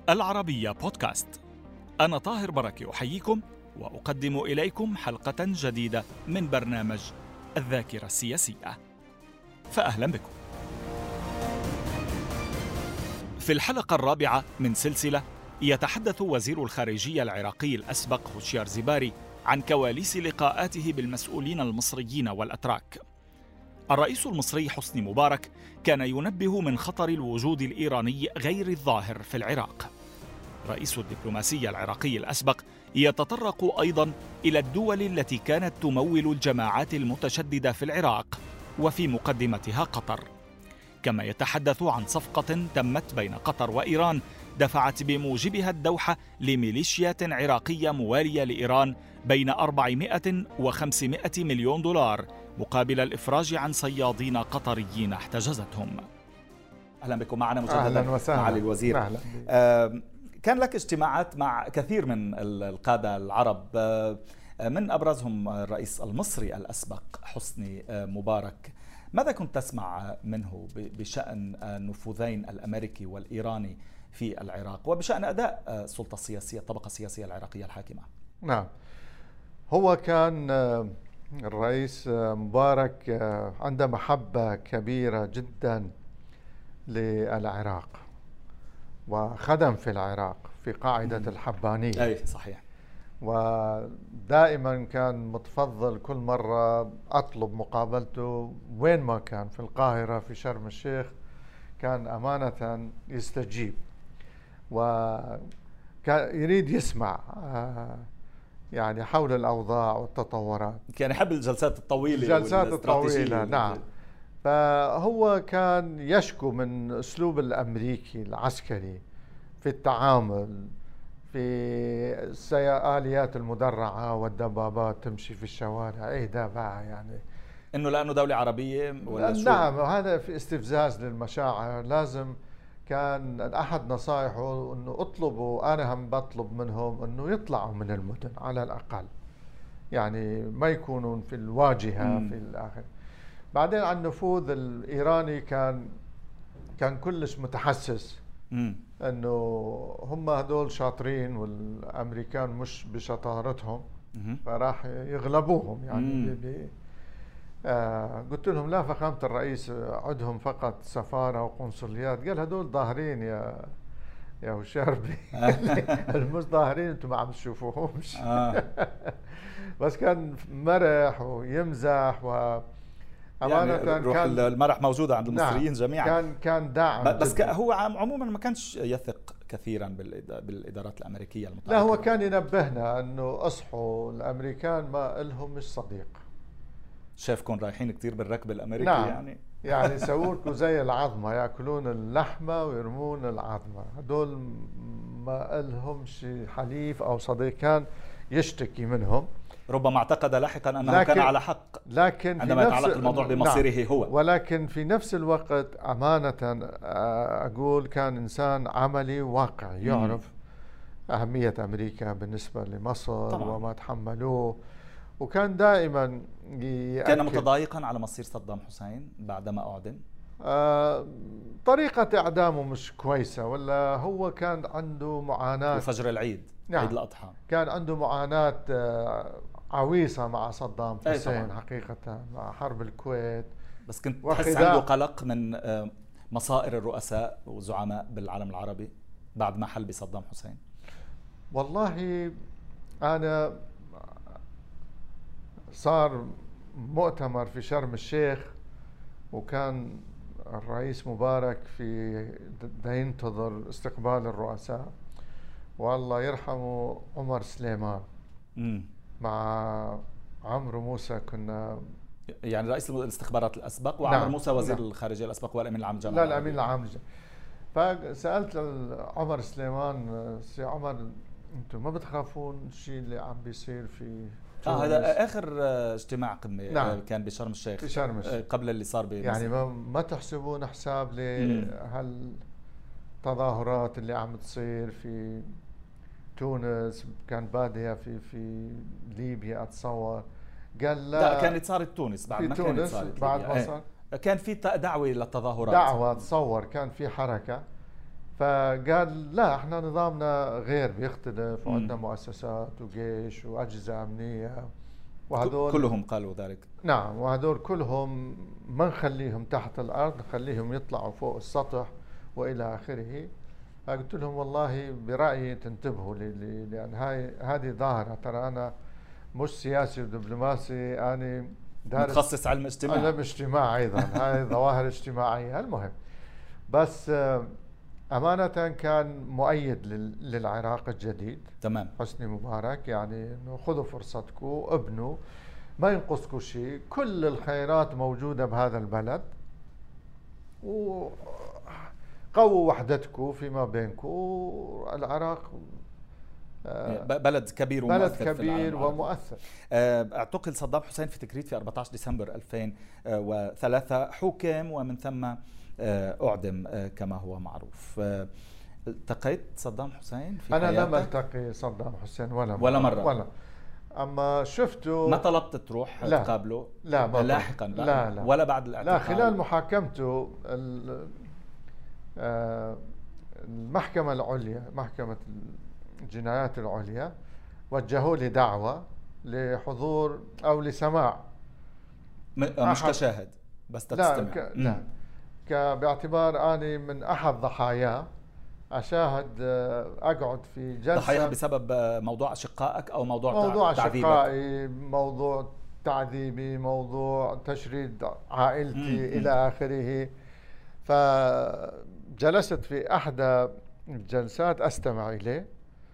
العربية بودكاست. أنا طاهر بركة أحييكم وأقدم إليكم حلقة جديدة من برنامج الذاكرة السياسية، فأهلا بكم. في الحلقة الرابعة من سلسلة يتحدث وزير الخارجية العراقي الأسبق هوشيار زباري عن كواليس لقاءاته بالمسؤولين المصريين والأتراك. الرئيس المصري حسني مبارك كان ينبه من خطر الوجود الإيراني غير الظاهر في العراق. رئيس الدبلوماسية العراقي الأسبق يتطرق أيضاً إلى الدول التي كانت تمول الجماعات المتشددة في العراق وفي مقدمتها قطر، كما يتحدث عن صفقة تمت بين قطر وإيران دفعت بموجبها الدوحة لميليشيات عراقية موالية لإيران بين 400 و500 مليون دولار مقابل الإفراج عن صيادين قطريين احتجزتهم. أهلا بكم معنا مجددا معالي الوزير. كان لك اجتماعات مع كثير من القادة العرب، من أبرزهم الرئيس المصري الأسبق حسني مبارك. ماذا كنت تسمع منه بشأن النفوذين الأمريكي والإيراني في العراق وبشأن أداء السلطة السياسية، الطبقة السياسية العراقية الحاكمة؟ نعم، هو كان الرئيس مبارك عنده محبة كبيرة جدا للعراق وخدم في العراق في قاعدة الحبانية. أي صحيح. ودائما كان متفضل، كل مرة أطلب مقابلته وين ما كان، في القاهرة، في شرم الشيخ، كان أمانة يستجيب وكان يريد يسمع يعني حول الأوضاع والتطورات. كان يحب الجلسات الطويلة. الجلسات الطويلة، نعم. فهو كان يشكو من أسلوب الأمريكي العسكري في التعامل، في الآليات المدرعة والدبابات تمشي في الشوارع. إيه ده بقى يعني؟ إنه لأنه دولة عربية ولا شو؟ نعم، هذا في استفزاز للمشاعر. لازم كان أحد نصائحه أنه اطلبوا، أنا هم بطلب منهم أنه يطلعوا من المدن على الأقل، يعني ما يكونون في الواجهة في الآخر. بعدين عن النفوذ الإيراني كان كلش متحسس أنه هم هدول شاطرين والأمريكان مش بشطارتهم، فراح يغلبوهم يعني. قلت لهم لا فخامة الرئيس، عدهم فقط سفارة وقنصليات. قال هدول ظاهرين يا هشام المش ظاهرين، انتم ما عم تشوفوهمش. بس كان مرح ويمزح أمانة، يعني كان المرح موجودة عند المصريين. نعم، جميعا. كان داعم بس هو عموما ما كانش يثق كثيرا بالإدارات الأمريكية المتعاقبة. لا، هو كان ينبهنا أنه أصحوا، الأمريكان ما إلهم مش صديق. شايفكم رايحين كتير بالركب الأمريكي. نعم. يعني يسوولكوا زي العظمة، يأكلون اللحمة ويرمون العظمة. هدول ما إلهمش حليف أو صديق. كان يشتكي منهم. ربما اعتقد لاحقا أنه كان على حق، لكن عندما يتعلق الموضوع بمصيره. نعم. هو ولكن في نفس الوقت أمانة أقول كان إنسان عملي واقعي، يعرف أهمية أمريكا بالنسبة لمصر طبعا، وما تحملوه. وكان دائما كان متضايقا على مصير صدام حسين بعدما أعدم. طريقة إعدامه مش كويسة، ولا هو كان عنده معاناة. وفجر العيد. نعم. عيد الأضحى كان عنده معاناة عويصة مع صدام حسين حقيقة، مع حرب الكويت. بس كنت تحس عنده قلق من مصائر الرؤساء والزعماء بالعالم العربي بعد ما حل بصدام حسين؟ والله أنا صار مؤتمر في شرم الشيخ، وكان الرئيس مبارك ينتظر استقبال الرؤساء، والله يرحمه عمر سليمان مع عمرو موسى. كنا يعني رئيس الاستخبارات الأسبق، وعمرو نعم. موسى وزير الخارجية الأسبق والأمين العام للجامعة. لا، الأمين العام للجامعة. فسألت عمر سليمان، سي عمر، أنتم ما بتخافون الشيء اللي عم بيصير في هذا آخر اجتماع قمة. نعم. كان بشرم الشيخ، في شرم الشيخ، قبل اللي صار يعني ما تحسبون حساب لهالتظاهرات اللي عم تصير في تونس، كان بادية في ليبيا أتصور. قال لا، كانت صارت تونس بعد ما كانت صارت بعد ما صار. كان في دعوة للتظاهرات، دعوة تصور، كان في حركة. فقال لا، احنا نظامنا غير، بيختلف، وعندنا مؤسسات وجيش وأجهزة أمنية، وهذول كلهم قالوا ذلك. نعم، وهذول كلهم ما نخليهم تحت الأرض، نخليهم يطلعوا فوق السطح وإلى آخره. فقلت لهم والله برأيي تنتبهوا لأن هذه ظاهرة، ترى أنا مش سياسي ودبلوماسي، أنا دارس متخصص علم اجتماع. علم اجتماع أيضا، هاي ظواهر اجتماعية. المهم، بس أمانة كان مؤيد للعراق الجديد. تمام. حسني مبارك يعني إنه خذوا فرصتكم، ابنوا، ما ينقصكم شيء، كل الخيرات موجودة بهذا البلد، وقووا وحدتكم فيما بينكم. العراق بلد كبير بلد ومؤثر كبير ومؤثر. اعتقل صدام حسين في تكريت في 14 ديسمبر 2003، حكم ومن ثم أعدم كما هو معروف. التقيت صدام حسين في أنا حياتك؟ لم ألتقي صدام حسين ولا مرة. ولا أما شفته. ما طلبت تروح تقابله؟ لا لاحقا؟ لا ولا بعد الاعتقال؟ لا، خلال محاكمته المحكمة العليا، محكمة الجنايات العليا، وجهوا لي دعوة لحضور أو لسماع، مش كشاهد بس تستمع. لا باعتبار أني من أحد ضحاياه، أشاهد، أقعد في جلسة. ضحايا بسبب موضوع أشقائك أو موضوع تعذيبك؟ أشقائي، موضوع تعذيبي، موضوع تشريد عائلتي إلى آخره. فجلست في أحدى الجلسات أستمع إليه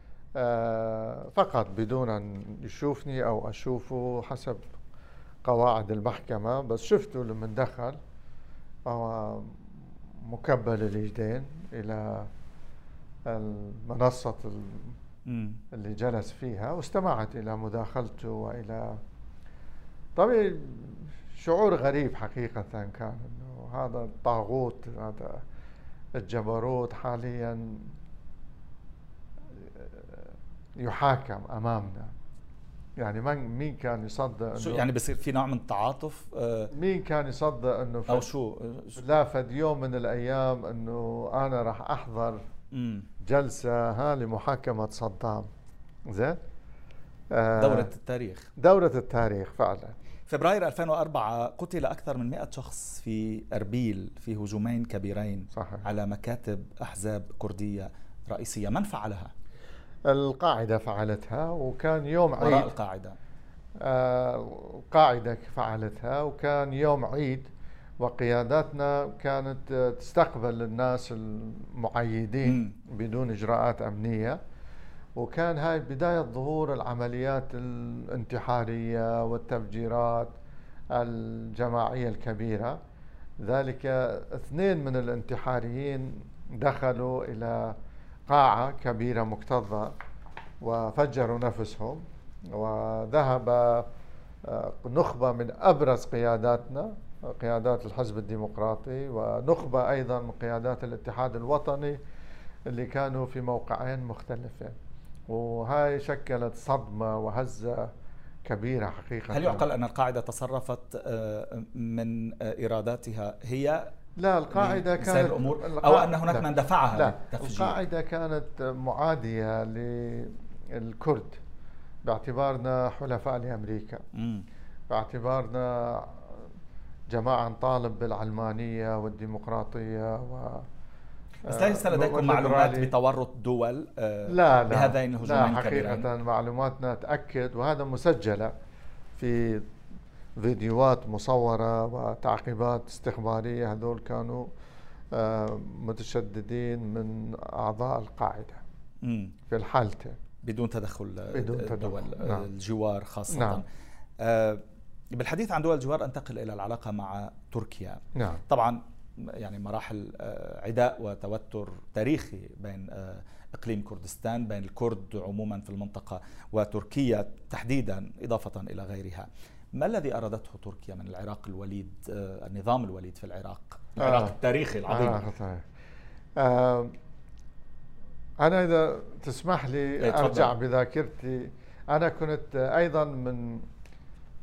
فقط، بدون أن يشوفني أو أشوفه حسب قواعد المحكمة. بس شفته لما دخل وهو مكبل اليدين إلى المنصة اللي جلس فيها، واستمعت إلى مداخلته وإلى، طبعا شعور غريب حقيقة كان، إنه هذا الطاغوت، هذا الجبروت حاليا يحاكم أمامنا. يعني مين كان يصدق شو يعني بصير في نوع من التعاطف؟ مين كان يصدق انه او شو لا فد يوم من الايام انه انا راح احضر جلسة لمحاكمة صدام. زين، دورة التاريخ فعلا. فبراير 2004 قتل أكثر من 100 شخص في أربيل في هجومين كبيرين. صحيح. على مكاتب أحزاب كردية رئيسية. من فعلها؟ القاعدة فعلتها، وكان يوم عيد. وراء القاعدة؟ القاعدة فعلتها، وكان يوم عيد، وقياداتنا كانت تستقبل الناس المعيدين بدون إجراءات أمنية. وكان هاي بداية ظهور العمليات الانتحارية والتفجيرات الجماعية الكبيرة. ذلك 2 من الانتحاريين دخلوا إلى قاعة كبيرة مكتظة وفجروا نفسهم، وذهب نخبة من أبرز قياداتنا، قيادات الحزب الديمقراطي، ونخبة أيضا من قيادات الاتحاد الوطني، اللي كانوا في موقعين مختلفين. وهاي شكلت صدمة وهزة كبيرة حقيقة. هل يعقل أن القاعدة تصرفت من إراداتها هي؟ لا، القاعدة كانت الأمور أو أن هناك من دفعها لا، القاعدة كانت معادية للكرد، باعتبارنا حلفاء لأمريكا، باعتبارنا جماعة نطالب بالعلمانية والديمقراطية بس ليس لديكم معلومات بتورط دول بهذين الهجومين الكبيرين؟ حقيقة معلوماتنا تأكد، وهذا مسجلة في فيديوهات مصورة وتعقيبات استخبارية. هذول كانوا متشددين من أعضاء القاعدة في الحالتين بدون تدخل دول نعم. الجوار خاصة. نعم. بالحديث عن دول الجوار أنتقل إلى العلاقة مع تركيا. نعم. طبعا يعني مراحل عداء وتوتر تاريخي بين إقليم كردستان، بين الكرد عموما في المنطقة وتركيا تحديدا إضافة إلى غيرها. ما الذي أرادته تركيا من العراق الوليد، النظام الوليد في العراق التاريخي العظيم؟ أنا إذا تسمح لي أرجع بذاكرتي، أنا كنت أيضا من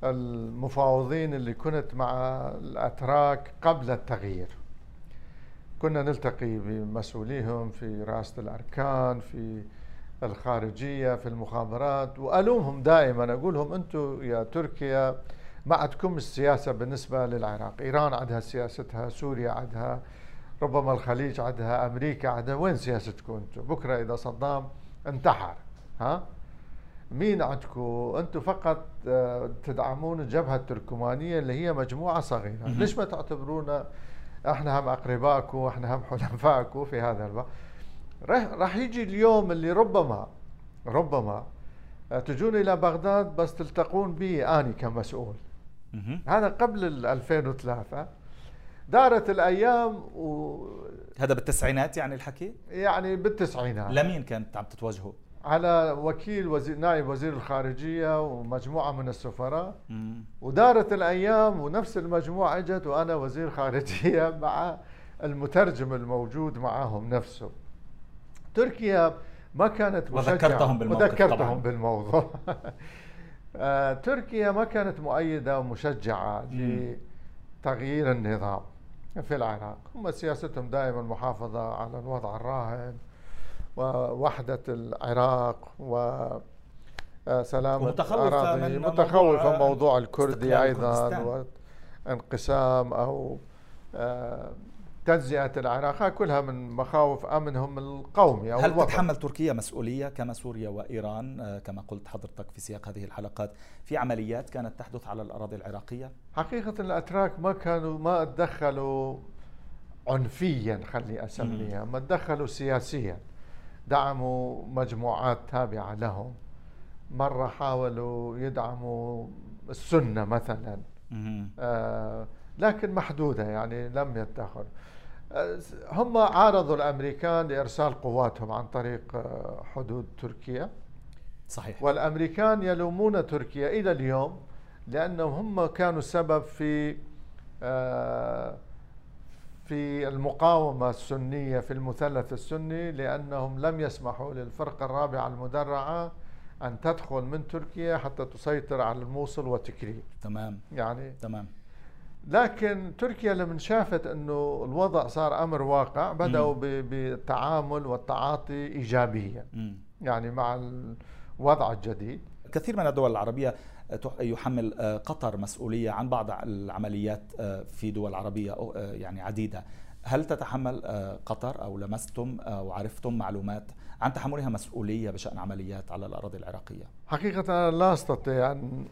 المفاوضين اللي كنت مع الأتراك قبل التغيير. كنا نلتقي بمسؤوليهم في رئاسة الأركان، في الخارجية، في المخابرات، وألومهم دائما، أقول لهم أنتم يا تركيا ما عندكم السياسة بالنسبة للعراق. إيران عندها سياستها، سوريا عندها، ربما الخليج عندها، أمريكا عندها، وين سياستكم أنتم؟ بكرة إذا صدام انتحر، ها؟ مين عندكم؟ أنتم فقط تدعمون الجبهة التركمانية اللي هي مجموعة صغيرة. ليش ما تعتبرونا احنا هم أقربائكم، احنا هم حلفائكم في هذا الوقت؟ راح يجي اليوم اللي ربما تجون إلى بغداد بس تلتقون بي أنا كمسؤول. هذا قبل 2003. دارت الأيام هذا بالتسعينات يعني الحكي؟ يعني بالتسعينات. لمين كانت عم تتوجهوا؟ على نائب وزير الخارجية ومجموعة من السفراء. ودارت الأيام ونفس المجموعة اجت وأنا وزير خارجية مع المترجم الموجود معهم نفسه. تركيا ما كانت مشجعة، وذكرتهم بالموضوع. تركيا ما كانت مؤيدة ومشجعة لتغيير النظام في العراق. هم سياستهم دائما محافظة على الوضع الراهن ووحدة العراق وسلامة الأراضي، متخوفة موضوع الكردي أيضا، وانقسام أو تجزئة العراق، كلها من مخاوف أمنهم القومي أو هل الوطن. تتحمل تركيا مسؤولية كما سوريا وإيران كما قلت حضرتك في سياق هذه الحلقات في عمليات كانت تحدث على الأراضي العراقية؟ حقيقة الأتراك ما تدخلوا عنفيا، خلي أسميها، ما تدخلوا سياسيا. دعموا مجموعات تابعة لهم، مرة حاولوا يدعموا السنة مثلا، لكن محدودة، يعني لم يتدخلوا. هم عارضوا الأمريكان لإرسال قواتهم عن طريق حدود تركيا. صحيح. والأمريكان يلومون تركيا إلى اليوم لأنهم هم كانوا السبب في المقاومة السنية في المثلث السني، لأنهم لم يسمحوا للفرقة الرابعة المدرعة أن تدخل من تركيا حتى تسيطر على الموصل وتكريت. تمام. يعني تمام. لكن تركيا لما شافت أنه الوضع صار أمر واقع بدأوا بالتعامل والتعاطي إيجابيا يعني مع الوضع الجديد. كثير من الدول العربية يحمل قطر مسؤولية عن بعض العمليات في دول عربية يعني عديدة. هل تتحمل قطر أو لمستم أو عرفتم معلومات عن تحملها مسؤولية بشأن عمليات على الأراضي العراقية؟ حقيقة أنا لا أستطيع أن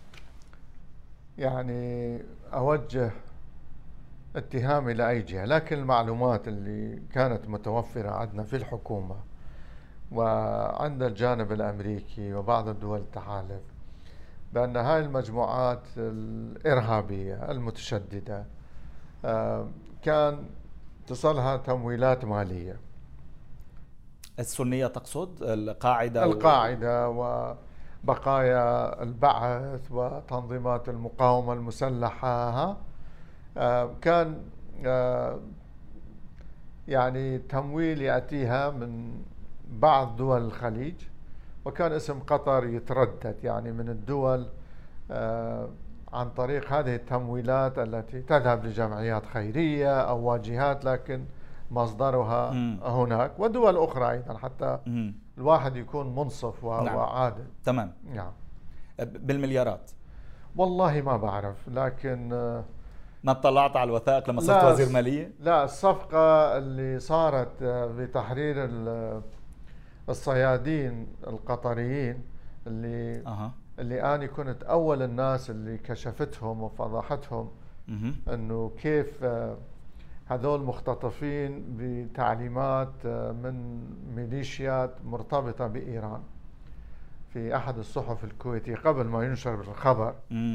يعني أوجه اتهامي لأي جهة، لكن المعلومات اللي كانت متوفرة عندنا في الحكومة وعند الجانب الأمريكي وبعض الدول التحالف بأن هاي المجموعات الإرهابية المتشددة كان تصلها تمويلات مالية. السنية تقصد القاعدة؟ القاعدة وبقايا البعث وتنظيمات المقاومة المسلحة. كان يعني تمويل يأتيها من بعض دول الخليج، وكان اسم قطر يتردد يعني من الدول عن طريق هذه التمويلات التي تذهب لجمعيات خيرية أو واجهات، لكن مصدرها هناك، ودول أخرى أيضا، حتى الواحد يكون منصف وعادل. تمام. نعم. بالمليارات؟ والله ما بعرف، لكن ما اطلعت على الوثائق لما صرت وزير مالية؟ لا، الصفقة اللي صارت بتحرير الصيادين القطريين اللي أنا كنت أول الناس اللي كشفتهم وفضحتهم أنه كيف هذول مختطفين بتعليمات من ميليشيات مرتبطة بإيران في أحد الصحف الكويتية قبل ما ينشر الخبر.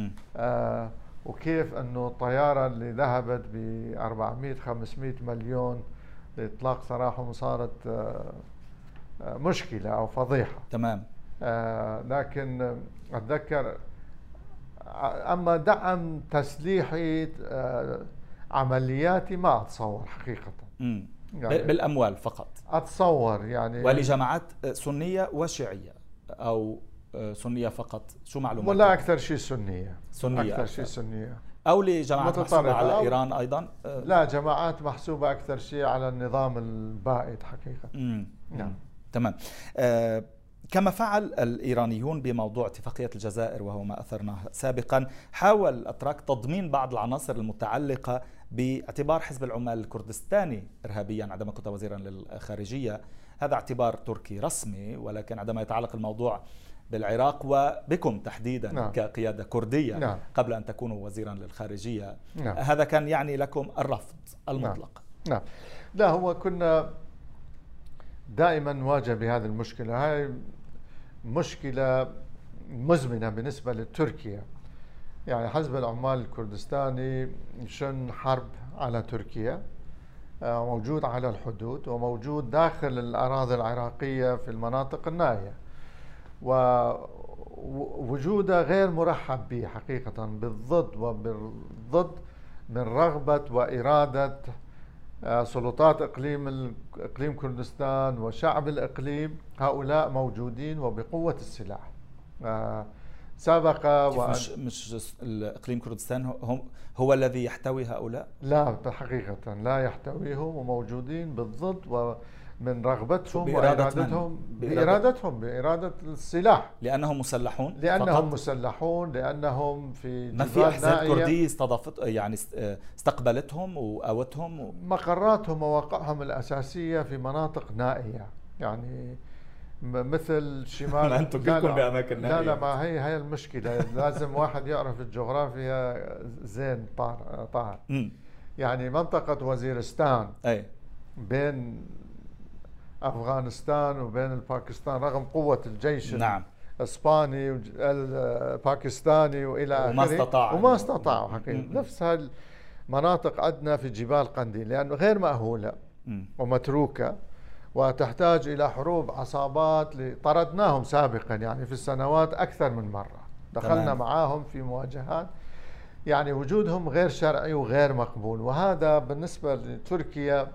وكيف أنه الطيارة اللي ذهبت ب400-500 مليون لإطلاق سراحهم صارت مشكلة أو فضيحة. تمام. لكن أتذكر أما دعم تسليحي عملياتي ما أتصور حقيقة. يعني بالأموال فقط أتصور يعني، ولجماعات سنية وشيعية أو سنية فقط؟ شو معلومات؟ ولا أكثر شيء سنية. أكثر شيء سنية. أو لجماعات محسوبة على متطرفة إيران أيضا؟ لا، جماعات محسوبة أكثر شيء على النظام البائد حقيقة. نعم. تمام. كما فعل الإيرانيون بموضوع اتفاقية الجزائر وهو ما أثرناه سابقا، حاول الأتراك تضمين بعض العناصر المتعلقة باعتبار حزب العمال الكردستاني إرهابيا عندما كنت وزيرا للخارجية. هذا اعتبار تركي رسمي، ولكن عندما يتعلق الموضوع بالعراق وبكم تحديدا نعم. كقيادة كردية نعم. قبل أن تكونوا وزيرا للخارجية، نعم. هذا كان يعني لكم الرفض المطلق. نعم. لا، هو كنا دائما نواجه بهذه المشكلة. هاي مشكلة مزمنة بالنسبة لتركيا. يعني حزب العمال الكردستاني شن حرب على تركيا، موجود على الحدود وموجود داخل الأراضي العراقية في المناطق النائية، ووجوده غير مرحب به حقيقة، بالضد من رغبة وإرادة سلطات إقليم كردستان وشعب الإقليم. هؤلاء موجودين وبقوة السلاح. سابق مش الإقليم كردستان هو الذي يحتوي هؤلاء؟ لا، حقيقة لا يحتويهم، وموجودين بالضد ومن رغبتهم بإرادة السلاح. لأنهم مسلحون؟ لأنهم في ما في أحزاب كردية استضافت يعني استقبلتهم وأوتهم مقراتهم ومواقعهم الأساسية في مناطق نائية، يعني مثل شمال. ما أنتم كلكم بأماكن نائية. لا، ما هي المشكلة. لازم واحد يعرف الجغرافيا زين طاهر. يعني منطقة وزيرستان بين أفغانستان وبين الباكستان، رغم قوة الجيش الإسباني والباكستاني وإلى آخره، وما استطاعوا حقيقة. نفس هالمناطق عندنا في جبال قنديل، لأنه غير مأهولة ومتروكة وتحتاج إلى حروب عصابات. طردناهم سابقا يعني في السنوات أكثر من مرة، دخلنا معاهم في مواجهات. يعني وجودهم غير شرعي وغير مقبول، وهذا بالنسبة لتركيا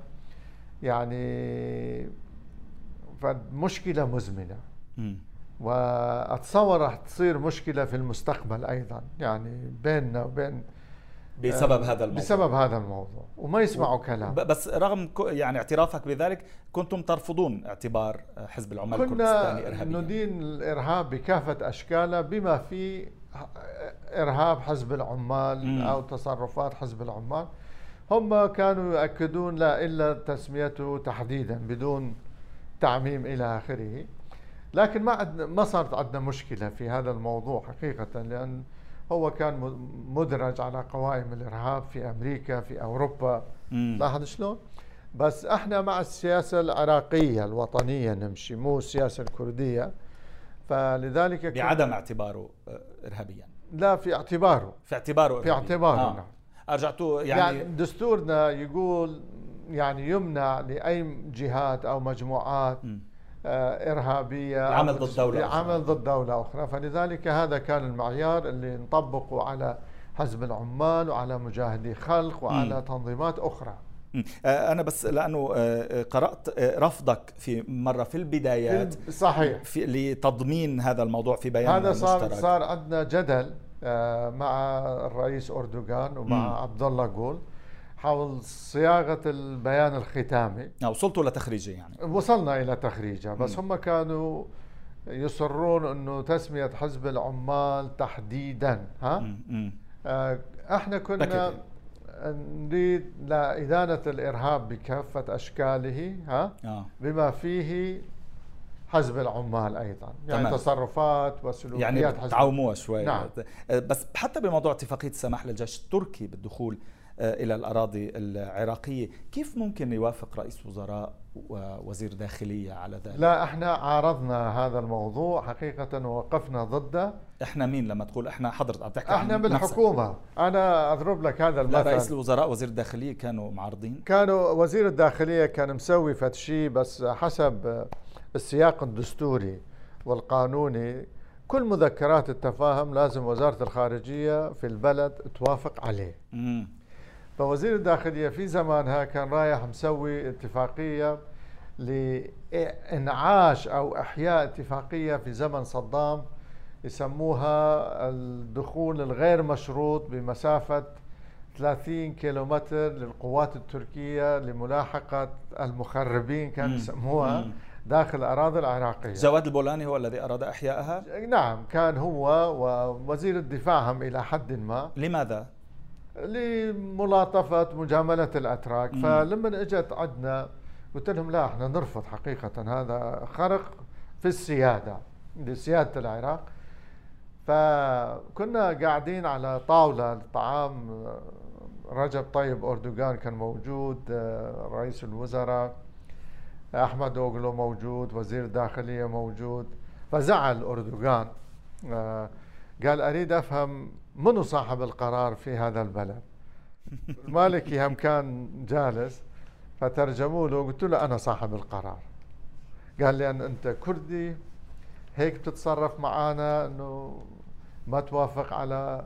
يعني مشكلة مزمنة. وأتصور راح تصير مشكلة في المستقبل أيضا، يعني بيننا وبين بسبب هذا الموضوع وما يسمعوا كلام. بس رغم يعني اعترافك بذلك كنتم ترفضون اعتبار حزب العمال الكردستاني إرهابيا. كنا ندين الإرهاب بكافة أشكاله، بما في إرهاب حزب العمال أو تصرفات حزب العمال. هم كانوا يؤكدون لا إلا تسميته تحديدا بدون تعميم إلى آخره. لكن ما صارت عندنا مشكلة في هذا الموضوع حقيقة، لأن هو كان مدرج على قوائم الإرهاب في أمريكا في أوروبا. لاحظ شلون؟ بس احنا مع السياسة العراقية الوطنية نمشي، مو السياسة الكردية. فلذلك بعدم اعتباره إرهابيا. لا، في اعتباره نعم. أرجعتوا يعني دستورنا يقول يعني يمنع لأي جهات أو مجموعات إرهابية العمل ضد دولة أخرى. فلذلك هذا كان المعيار اللي نطبقه على حزب العمال وعلى مجاهدي خلق وعلى تنظيمات أخرى. أنا بس لأنه قرأت رفضك في مرة في البدايات صحيح لتضمين هذا الموضوع في بيان هذا صار عندنا جدل مع الرئيس أردوغان ومع عبد الله غول حول صياغة البيان الختامي. وصلتوا لتخريجه؟ يعني وصلنا إلى تخريجه، بس هم كانوا يصرون أنه تسمية حزب العمال تحديدا. احنا كنا نريد لإدانة الإرهاب بكافة أشكاله، بما فيه حزب العمال أيضا، يعني تصرفات وسلوكيات يعني تعاوموها شوي. نعم. بس حتى بموضوع اتفاقية السماح للجيش التركي بالدخول إلى الأراضي العراقية، كيف ممكن يوافق رئيس وزراء ووزير داخلية على ذلك؟ لا، احنا عارضنا هذا الموضوع حقيقة ووقفنا ضده. احنا مين لما تقول احنا؟ حضرتك عم تحكي احنا بالحكومة. انا اضرب لك هذا المثل. لا، رئيس الوزراء وزير الداخلية كانوا معارضين. كانوا وزير الداخلية كان مسوي فتشي، بس حسب السياق الدستوري والقانوني كل مذكرات التفاهم لازم وزارة الخارجية في البلد توافق عليه. فوزير الداخلية في زمانها كان رايح مسوي اتفاقية لإنعاش أو إحياء اتفاقية في زمن صدام يسموها الدخول الغير مشروط بمسافة 30 كيلومتر للقوات التركية لملاحقة المخربين كانوا يسموها داخل الأراضي العراقية. جواد البولاني هو الذي أراد إحيائها؟ نعم، كان هو ووزير الدفاع هم إلى حد ما. لماذا؟ لملاطفة مجاملة الأتراك. فلما اجت عندنا قلت لهم لا، احنا نرفض حقيقة، هذا خرق في السيادة لسيادة العراق. فكنا قاعدين على طاولة الطعام، رجب طيب أردوغان كان موجود، رئيس الوزراء أحمد أوغلو موجود، وزير الداخلية موجود. فزعل أردوغان، قال أريد أفهم منو صاحب القرار في هذا البلد. المالكي هم كان جالس، فترجموا له، قلت له أنا صاحب القرار. قال لي أنت كردي هيك بتتصرف معانا، أنه ما توافق على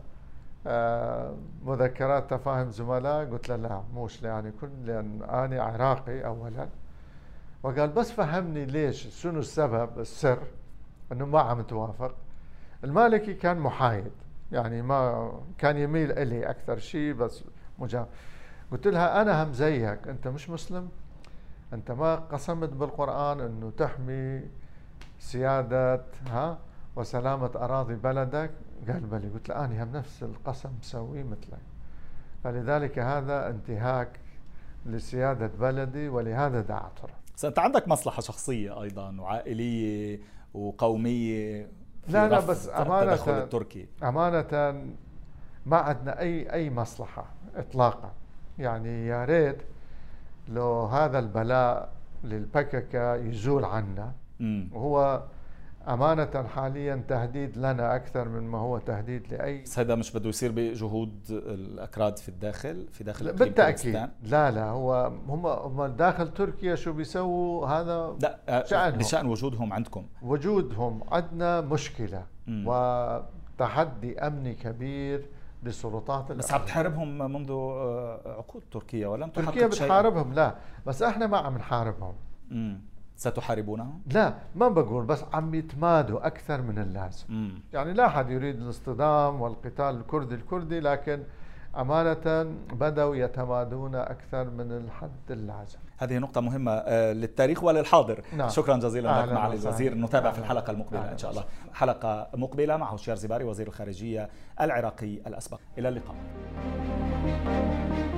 مذكرات تفاهم زملاء؟ قلت له لا، موش يعني لأن أنا عراقي أولا. وقال بس فهمني ليش، شنو السبب السر أنه ما عم توافق. المالكي كان محايد، يعني ما كان يميل إلي أكثر شيء، بس قلت لها أنا هم زيك، أنت مش مسلم؟ أنت ما قسمت بالقرآن أنه تحمي سيادة وسلامة أراضي بلدك؟ قال بلي. قلت له أنا هم نفس القسم مسويه مثلك، فلذلك هذا انتهاك لسيادة بلدي ولهذا دعته. أنت عندك مصلحة شخصية أيضا وعائلية وقومية في لا بس التدخل التركي. أمانة ما عندنا أي مصلحة إطلاقا. يعني يا ريت لو هذا البلاء للبككة يزول عنا. وهو أمانة حاليا تهديد لنا أكثر من ما هو تهديد لأي. بس هذا مش بده يصير بجهود الأكراد في داخل بالتأكيد. لا هم داخل تركيا شو بيسووا هذا؟ لا بشأن وجودهم عندكم. وجودهم عندنا مشكلة وتحدي أمني كبير للسلطات. بس عم تحاربهم منذ عقود تركيا ولم تحقق تركيا بتحاربهم؟ لا، بس احنا ما عم نحاربهم. ستحاربونهم؟ لا، ما بقول، بس عم يتمادوا أكثر من اللازم. يعني لا أحد يريد الاصطدام والقتال الكردي، لكن أمانة بدأوا يتمادون أكثر من الحد اللازم. هذه نقطة مهمة للتاريخ وللحاضر. نعم. شكرا جزيلا لك معالي الوزير. نتابع في الحلقة المقبلة إن شاء الله. حلقة مقبلة مع هوشيار زباري وزير الخارجية العراقي الأسبق. إلى اللقاء.